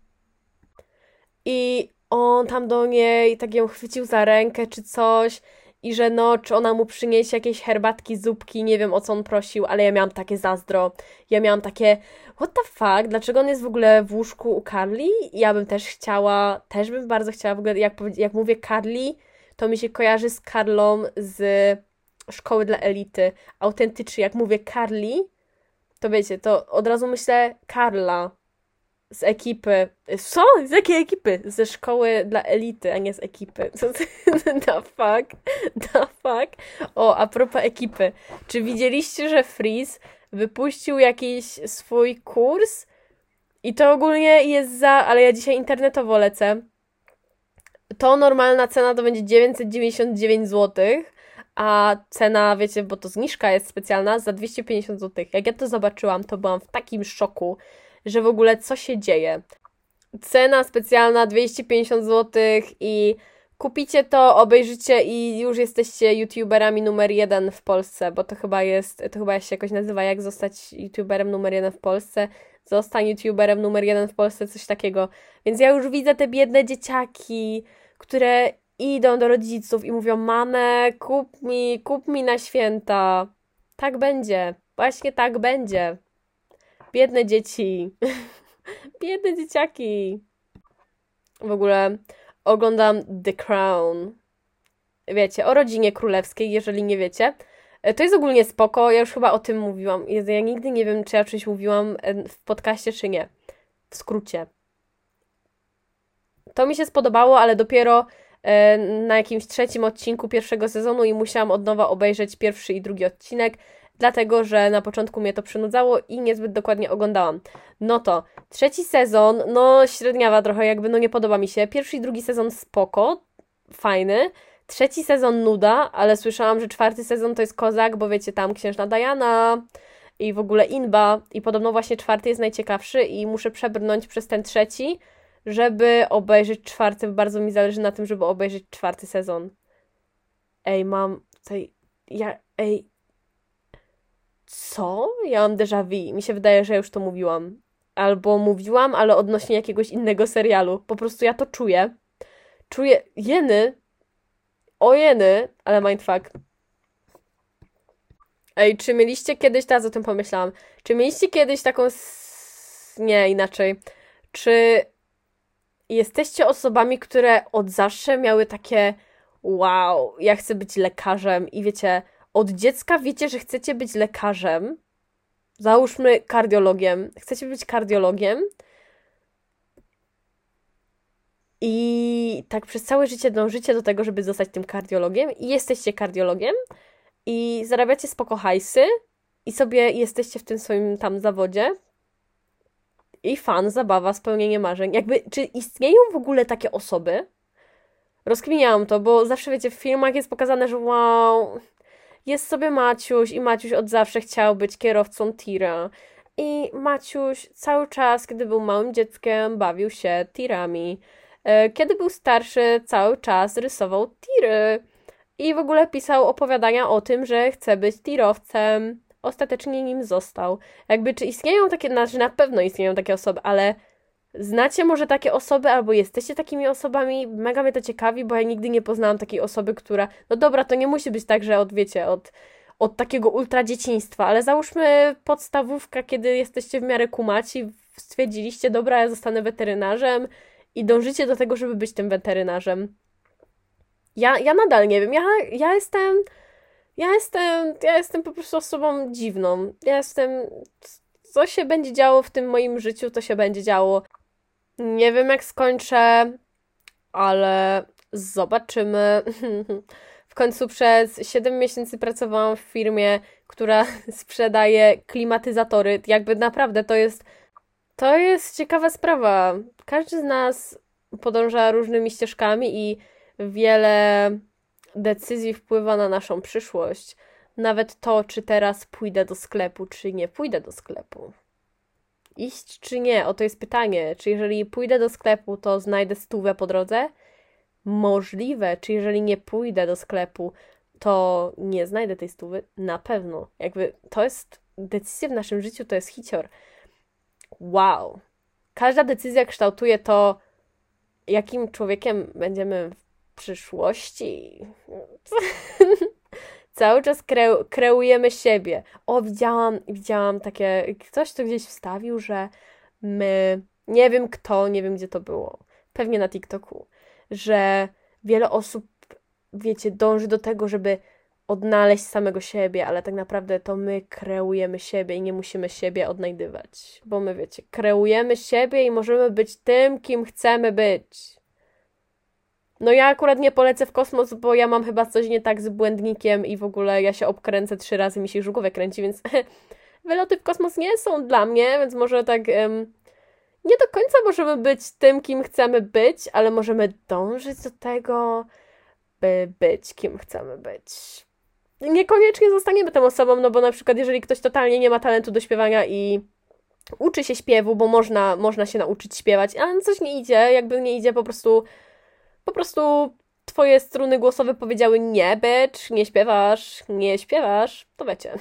I on tam do niej tak ją chwycił za rękę czy coś i że no, czy ona mu przyniesie jakieś herbatki, zupki, nie wiem o co on prosił, ale ja miałam takie zazdro. Ja miałam takie, what the fuck, dlaczego on jest w ogóle w łóżku u Carly? Ja bym też chciała, też bym bardzo chciała, w ogóle jak, jak mówię Carly, to mi się kojarzy z Karlą z Szkoły dla Elity. Autentycznie, jak mówię Carly, to wiecie, to od razu myślę Karla. Z ekipy. Co? Z jakiej ekipy? Ze szkoły dla elity, a nie z ekipy. Co the fuck? The fuck? O, a propos ekipy. Czy widzieliście, że Freeze wypuścił jakiś swój kurs? I to ogólnie jest za... Ale ja dzisiaj internetowo lecę. To normalna cena to będzie dziewięćset dziewięćdziesiąt dziewięć złotych, a cena, wiecie, bo to zniżka jest specjalna, za dwieście pięćdziesiąt złotych. Jak ja to zobaczyłam, to byłam w takim szoku, że w ogóle co się dzieje. Cena specjalna dwieście pięćdziesiąt złotych i kupicie to, obejrzycie i już jesteście youtuberami numer jeden w Polsce, bo to chyba jest, to chyba się jakoś nazywa, jak zostać youtuberem numer jeden w Polsce. Zostań youtuberem numer jeden w Polsce, coś takiego. Więc ja już widzę te biedne dzieciaki, które idą do rodziców i mówią, mamę, kup mi, kup mi na święta. Tak będzie. Właśnie tak będzie. Biedne dzieci. Biedne dzieciaki. W ogóle oglądam The Crown. Wiecie, o rodzinie królewskiej, jeżeli nie wiecie. To jest ogólnie spoko, ja już chyba o tym mówiłam. Ja nigdy nie wiem, czy ja coś mówiłam w podcaście, czy nie. W skrócie. To mi się spodobało, ale dopiero na jakimś trzecim odcinku pierwszego sezonu i musiałam od nowa obejrzeć pierwszy i drugi odcinek, dlatego, że na początku mnie to przynudzało i niezbyt dokładnie oglądałam. No to trzeci sezon, no średniawa trochę, jakby no nie podoba mi się. Pierwszy i drugi sezon spoko, fajny. Trzeci sezon nuda, ale słyszałam, że czwarty sezon to jest kozak, bo wiecie, tam księżna Diana i w ogóle Inba i podobno właśnie czwarty jest najciekawszy i muszę przebrnąć przez ten trzeci, żeby obejrzeć czwarty. Bardzo mi zależy na tym, żeby obejrzeć czwarty sezon. Ej, mam tutaj... Ja... Ej... Co? Ja mam déjà vu. Mi się wydaje, że ja już to mówiłam. Albo mówiłam, ale odnośnie jakiegoś innego serialu. Po prostu ja to czuję. Czuję... Jeny... O jeny, ale mindfuck. Ej, czy mieliście kiedyś, teraz o tym pomyślałam, czy mieliście kiedyś taką... S... Nie, inaczej. Czy jesteście osobami, które od zawsze miały takie wow, ja chcę być lekarzem i wiecie, od dziecka wiecie, że chcecie być lekarzem, załóżmy kardiologiem, chcecie być kardiologiem i tak przez całe życie dążycie do tego, żeby zostać tym kardiologiem i jesteście kardiologiem i zarabiacie spoko hajsy i sobie jesteście w tym swoim tam zawodzie i fan, zabawa, spełnienie marzeń. Jakby, czy istnieją w ogóle takie osoby? rozkminiałam to, bo zawsze, wiecie, w filmach jest pokazane, że wow, jest sobie Maciuś i Maciuś od zawsze chciał być kierowcą tira. I Maciuś cały czas, kiedy był małym dzieckiem, bawił się tirami. Kiedy był starszy, cały czas rysował tiry. I w ogóle pisał opowiadania o tym, że chce być tirowcem. Ostatecznie nim został. Jakby, czy istnieją takie, znaczy na pewno istnieją takie osoby, ale znacie może takie osoby, albo jesteście takimi osobami? Mega mnie to ciekawi, bo ja nigdy nie poznałam takiej osoby, która, no dobra, to nie musi być tak, że od, wiecie, od, od takiego ultra dzieciństwa, ale załóżmy podstawówka, kiedy jesteście w miarę kumaci, stwierdziliście, dobra, ja zostanę weterynarzem i dążycie do tego, żeby być tym weterynarzem. Ja, ja nadal nie wiem, ja, ja jestem, ja jestem, ja jestem po prostu osobą dziwną. Ja jestem, co się będzie działo w tym moim życiu, to się będzie działo. Nie wiem, jak skończę, ale zobaczymy. W końcu przez siedem miesięcy pracowałam w firmie, która sprzedaje klimatyzatory. Jakby naprawdę to jest, to jest ciekawa sprawa. Każdy z nas podąża różnymi ścieżkami i wiele decyzji wpływa na naszą przyszłość. Nawet to, czy teraz pójdę do sklepu, czy nie pójdę do sklepu. Iść czy nie? Oto jest pytanie. Czy jeżeli pójdę do sklepu, to znajdę stówę po drodze? Możliwe. Czy jeżeli nie pójdę do sklepu, to nie znajdę tej stówy? Na pewno. Jakby to jest decyzja w naszym życiu, to jest hicior. Wow. Każda decyzja kształtuje to, jakim człowiekiem będziemy w przyszłości. Cały czas kreu- kreujemy siebie. O, widziałam, widziałam takie, ktoś to gdzieś wstawił, że my, nie wiem kto, nie wiem gdzie to było, pewnie na TikToku, że wiele osób, wiecie, dąży do tego, żeby odnaleźć samego siebie, ale tak naprawdę to my kreujemy siebie i nie musimy siebie odnajdywać. Bo my, wiecie, kreujemy siebie i możemy być tym, kim chcemy być. No ja akurat nie polecę w kosmos, bo ja mam chyba coś nie tak z błędnikiem i w ogóle ja się obkręcę trzy razy, mi się już głowę kręci, więc wyloty w kosmos nie są dla mnie, więc może tak um, nie do końca możemy być tym, kim chcemy być, ale możemy dążyć do tego, by być kim chcemy być. Niekoniecznie zostaniemy tą osobą, no bo na przykład jeżeli ktoś totalnie nie ma talentu do śpiewania i uczy się śpiewu, bo można, można się nauczyć śpiewać, ale coś nie idzie, jakby nie idzie po prostu Po prostu twoje struny głosowe powiedziały nie, becz, nie śpiewasz, nie śpiewasz, to wiecie.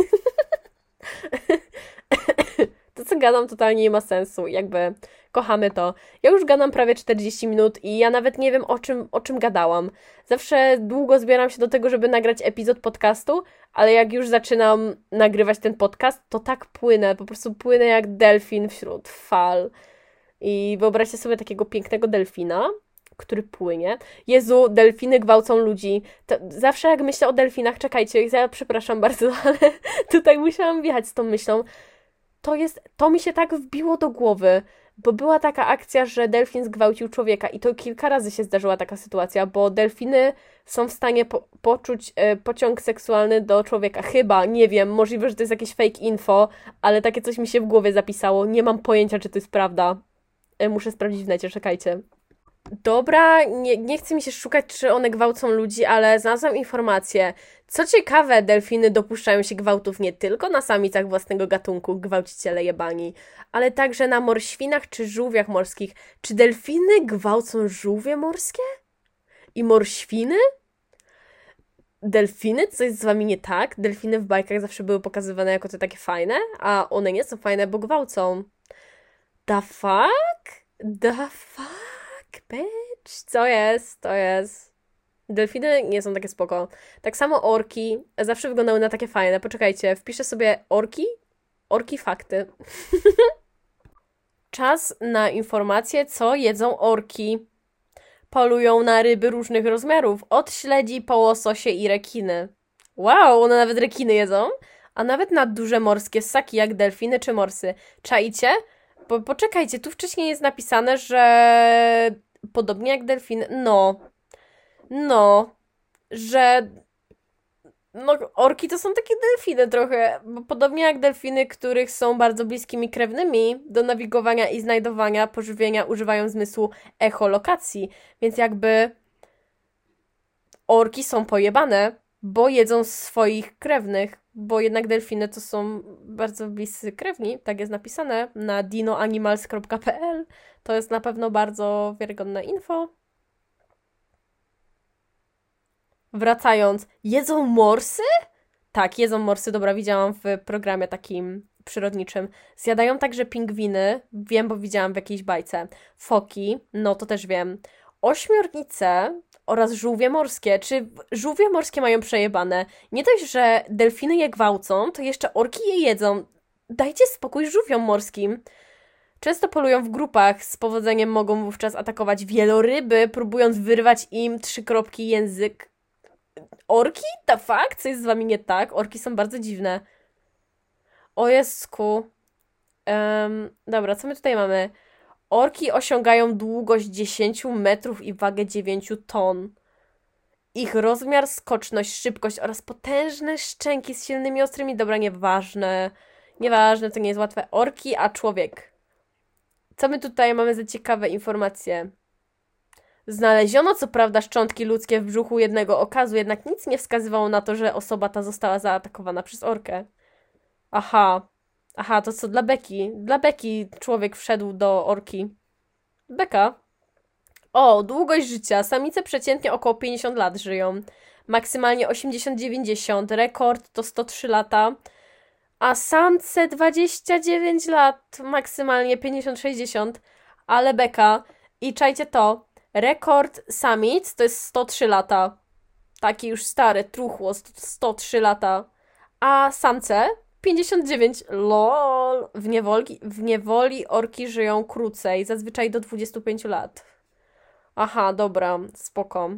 To, co gadam, totalnie nie ma sensu, jakby kochamy to. Ja już gadam prawie czterdzieści minut i ja nawet nie wiem, o czym, o czym gadałam. Zawsze długo zbieram się do tego, żeby nagrać epizod podcastu, ale jak już zaczynam nagrywać ten podcast, to tak płynę, po prostu płynę jak delfin wśród fal. I wyobraźcie sobie takiego pięknego delfina, który płynie. Jezu, delfiny gwałcą ludzi. To zawsze jak myślę o delfinach, czekajcie, ja przepraszam bardzo, ale tutaj musiałam wjechać z tą myślą. To jest, to mi się tak wbiło do głowy, bo była taka akcja, że delfin zgwałcił człowieka i to kilka razy się zdarzyła taka sytuacja, bo delfiny są w stanie po, poczuć e, pociąg seksualny do człowieka. Chyba, nie wiem, możliwe, że to jest jakieś fake info, ale takie coś mi się w głowie zapisało. Nie mam pojęcia, czy to jest prawda. E, muszę sprawdzić w necie, czekajcie. Dobra, nie, nie chce mi się szukać, czy one gwałcą ludzi, ale znalazłam informację. Co ciekawe, delfiny dopuszczają się gwałtów nie tylko na samicach własnego gatunku, gwałciciele jebani, ale także na morświnach czy żółwiach morskich. Czy delfiny gwałcą żółwie morskie? I morświny? Delfiny? Co jest z wami nie tak? Delfiny w bajkach zawsze były pokazywane jako te takie fajne, a one nie są fajne, bo gwałcą. The fuck? The fuck? Bitch, co jest? To jest. Delfiny nie są takie spoko. Tak samo orki zawsze wyglądały na takie fajne. Poczekajcie, wpiszę sobie orki. Orki fakty. Czas na informacje, co jedzą orki. Polują na ryby różnych rozmiarów. Od śledzi po łososie i rekiny. Wow, one nawet rekiny jedzą. A nawet na duże morskie ssaki, jak delfiny czy morsy. Czaicie? Bo poczekajcie, tu wcześniej jest napisane, że podobnie jak delfiny, no, no, że no, orki to są takie delfiny trochę, bo podobnie jak delfiny, których są bardzo bliskimi krewnymi, do nawigowania i znajdowania pożywienia używają zmysłu echolokacji, więc jakby orki są pojebane, bo jedzą swoich krewnych, bo jednak delfiny to są bardzo bliscy krewni, tak jest napisane na dinoanimals kropka p l. To jest na pewno bardzo wiarygodne info. Wracając, jedzą morsy? Tak, jedzą morsy, dobra, widziałam w programie takim przyrodniczym. Zjadają także pingwiny, wiem, bo widziałam w jakiejś bajce. Foki, no to też wiem. Ośmiornice oraz żółwie morskie. Czy żółwie morskie mają przejebane? Nie dość, że delfiny je gwałcą, to jeszcze orki je jedzą. Dajcie spokój żółwiom morskim. Często polują w grupach, z powodzeniem mogą wówczas atakować wieloryby, próbując wyrwać im trzy kropki język. Orki? The fuck? Co jest z wami nie tak? Orki są bardzo dziwne. O Jezu. Um, dobra, co my tutaj mamy? Orki osiągają długość dziesięć metrów i wagę dziewięć ton. Ich rozmiar, skoczność, szybkość oraz potężne szczęki z silnymi, ostrymi... Dobra, nieważne. Nieważne, to nie jest łatwe. Orki, a człowiek. Co my tutaj mamy za ciekawe informacje? Znaleziono co prawda szczątki ludzkie w brzuchu jednego okazu, jednak nic nie wskazywało na to, że osoba ta została zaatakowana przez orkę. Aha. Aha, to co dla beki? Dla beki człowiek wszedł do orki. Beka. O, długość życia. Samice przeciętnie około pięćdziesiąt lat żyją. Maksymalnie osiemdziesiąt dziewięćdziesiąt. Rekord to sto trzy lata. A samce dwadzieścia dziewięć lat. Maksymalnie pięćdziesiąt sześćdziesiąt. Ale beka. I czajcie to. Rekord samic to jest sto trzy lata. Taki już stary, truchło. sto trzy lata. A samce pięćdziesiąt dziewięć. Lol. W niewoli, w niewoli orki żyją krócej. Zazwyczaj do dwudziestu pięciu lat. Aha, dobra. Spoko.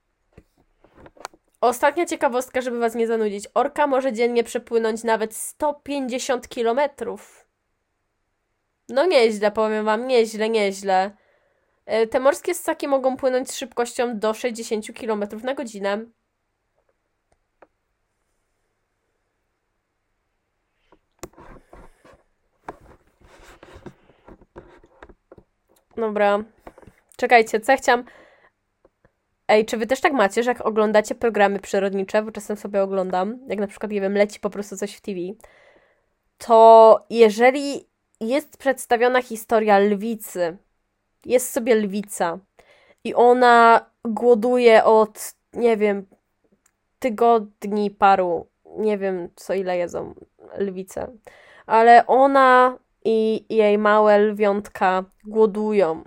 Ostatnia ciekawostka, żeby was nie zanudzić. Orka może dziennie przepłynąć nawet sto pięćdziesiąt kilometrów. No nieźle, powiem wam. Nieźle, nieźle. Te morskie ssaki mogą płynąć z szybkością do sześćdziesiąt kilometrów na godzinę. Dobra. Czekajcie, co ja chciałam... Ej, czy wy też tak macie, że jak oglądacie programy przyrodnicze, bo czasem sobie oglądam, jak na przykład, nie wiem, leci po prostu coś w T V, to jeżeli jest przedstawiona historia lwicy, jest sobie lwica i ona głoduje od, nie wiem, tygodni paru, nie wiem co ile jedzą lwice, ale ona i jej małe lwiątka głodują.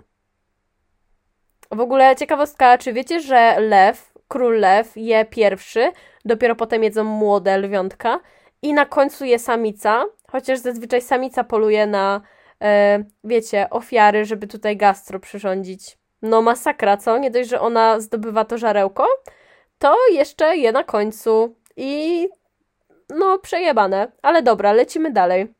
W ogóle ciekawostka, czy wiecie, że lew, król lew je pierwszy, dopiero potem jedzą młode lwiątka i na końcu je samica, chociaż zazwyczaj samica poluje na, e, wiecie, ofiary, żeby tutaj gastro przyrządzić. No masakra, co? Nie dość, że ona zdobywa to żarełko, to jeszcze je na końcu i no przejebane. Ale dobra, lecimy dalej.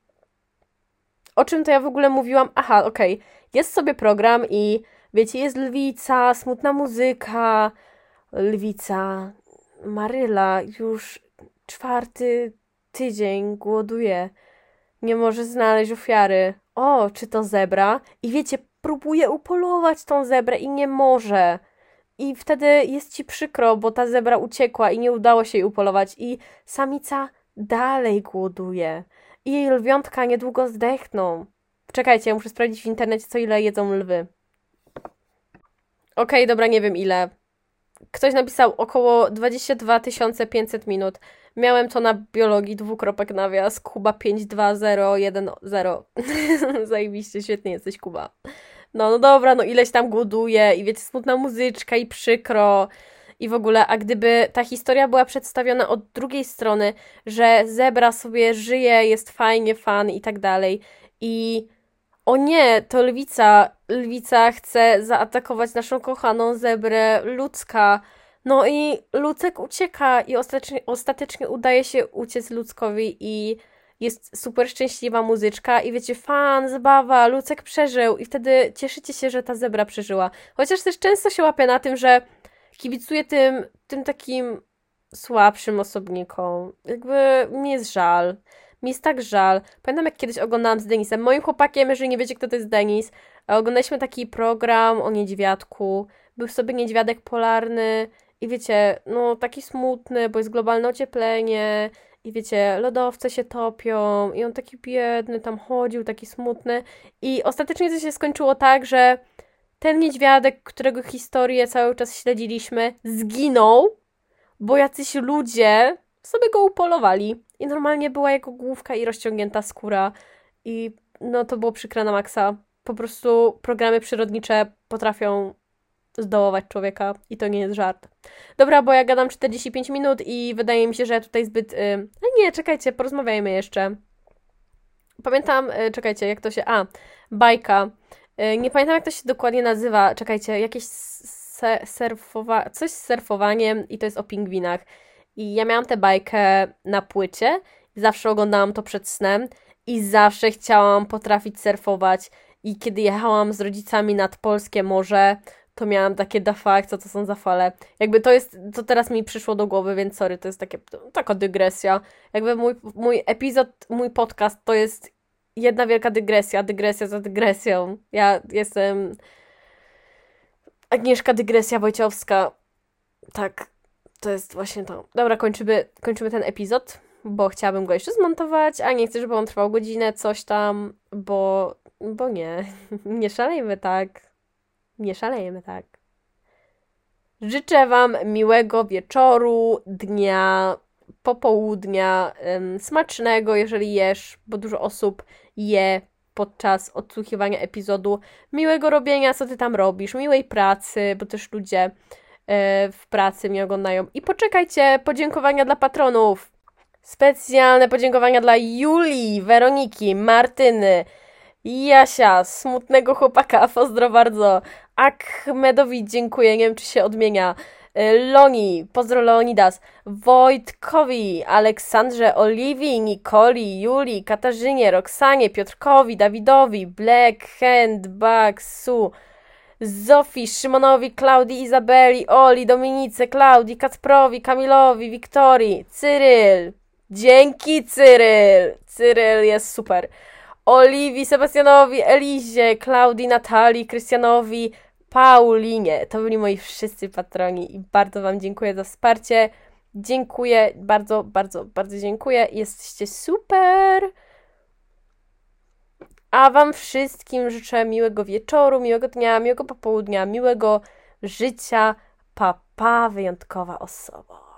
O czym to ja w ogóle mówiłam? Aha, okej. Okay. Jest sobie program i wiecie, jest lwica, smutna muzyka, lwica, Maryla już czwarty tydzień głoduje, nie może znaleźć ofiary. O, czy to zebra? I wiecie, próbuje upolować tą zebrę i nie może. I wtedy jest ci przykro, bo ta zebra uciekła i nie udało się jej upolować i samica dalej głoduje. I jej lwiątka niedługo zdechną. Czekajcie, ja muszę sprawdzić w internecie, co ile jedzą lwy. Okej, okay, dobra, nie wiem ile. Ktoś napisał około dwadzieścia dwa tysiące pięćset minut. Miałem to na biologii, dwukropek nawias, Kuba pięć dwa zero jeden zero. Zajebiście, świetnie jesteś, Kuba. No, no dobra, no ileś tam głoduje i wiecie, smutna muzyczka i przykro i w ogóle, a gdyby ta historia była przedstawiona od drugiej strony, że zebra sobie żyje, jest fajnie, fan i tak dalej i o nie, to lwica, lwica chce zaatakować naszą kochaną zebrę ludzka. No i Lucek ucieka i ostatecznie, ostatecznie udaje się uciec Luckowi i jest super szczęśliwa muzyczka i wiecie, fan, zabawa, Lucek przeżył i wtedy cieszycie się, że ta zebra przeżyła. Chociaż też często się łapie na tym, że kibicuję tym, tym takim słabszym osobnikom. Jakby mi jest żal. Mi jest tak żal. Pamiętam, jak kiedyś oglądałam z Denisem. Moim chłopakiem, jeżeli nie wiecie, kto to jest Denis, oglądaliśmy taki program o niedźwiadku. Był sobie niedźwiadek polarny i wiecie, no taki smutny, bo jest globalne ocieplenie i wiecie, lodowce się topią i on taki biedny tam chodził, taki smutny i ostatecznie to się skończyło tak, że ten niedźwiadek, którego historię cały czas śledziliśmy, zginął, bo jacyś ludzie sobie go upolowali i normalnie była jego główka i rozciągnięta skóra i no to było przykre na maksa. Po prostu programy przyrodnicze potrafią zdołować człowieka i to nie jest żart. Dobra, bo ja gadam czterdzieści pięć minut i wydaje mi się, że ja tutaj zbyt... Yy... A nie, czekajcie, porozmawiajmy jeszcze. Pamiętam, yy, czekajcie, jak to się... A, bajka. Yy, nie pamiętam, jak to się dokładnie nazywa. Czekajcie, jakieś se- surfowa... coś z surfowaniem i to jest o pingwinach. I ja miałam tę bajkę na płycie, zawsze oglądałam to przed snem i zawsze chciałam potrafić surfować. I kiedy jechałam z rodzicami nad polskie morze, to miałam takie da fuck, co to są za fale. Jakby to jest, to teraz mi przyszło do głowy, więc sorry, to jest takie, taka dygresja. Jakby mój, mój epizod, mój podcast to jest jedna wielka dygresja, dygresja za dygresją. Ja jestem Agnieszka Dygresja Wojciowska. Tak, to jest właśnie to. Dobra, kończymy, kończymy ten epizod, bo chciałabym go jeszcze zmontować, a nie chcę, żeby on trwał godzinę, coś tam, bo, bo nie. Nie szalejmy tak. Nie szalejemy tak. Życzę Wam miłego wieczoru, dnia, popołudnia, ym, smacznego, jeżeli jesz, bo dużo osób je podczas odsłuchiwania epizodu. Miłego robienia, co Ty tam robisz, miłej pracy, bo też ludzie yy, w pracy mnie oglądają. I poczekajcie, podziękowania dla patronów. Specjalne podziękowania dla Julii, Weroniki, Martyny, Jasia, smutnego chłopaka, pozdro bardzo. Achmedowi dziękuję, nie wiem czy się odmienia. Loni, pozdro Leonidas. Wojtkowi, Aleksandrze, Oliwii, Nikoli, Julii, Katarzynie, Roxanie, Piotrkowi, Dawidowi, Black Hand, Bug, Su, Zofii, Szymonowi, Klaudii, Izabeli, Oli, Dominice, Klaudii, Kacprowi, Kamilowi, Wiktorii, Cyryl. Dzięki Cyryl. Cyryl jest super. Oliwii, Sebastianowi, Elizie, Klaudii, Natalii, Krystianowi, Paulinie. To byli moi wszyscy patroni i bardzo Wam dziękuję za wsparcie. Dziękuję, bardzo, bardzo, bardzo dziękuję. Jesteście super. A Wam wszystkim życzę miłego wieczoru, miłego dnia, miłego popołudnia, miłego życia. Pa, pa, wyjątkowa osoba.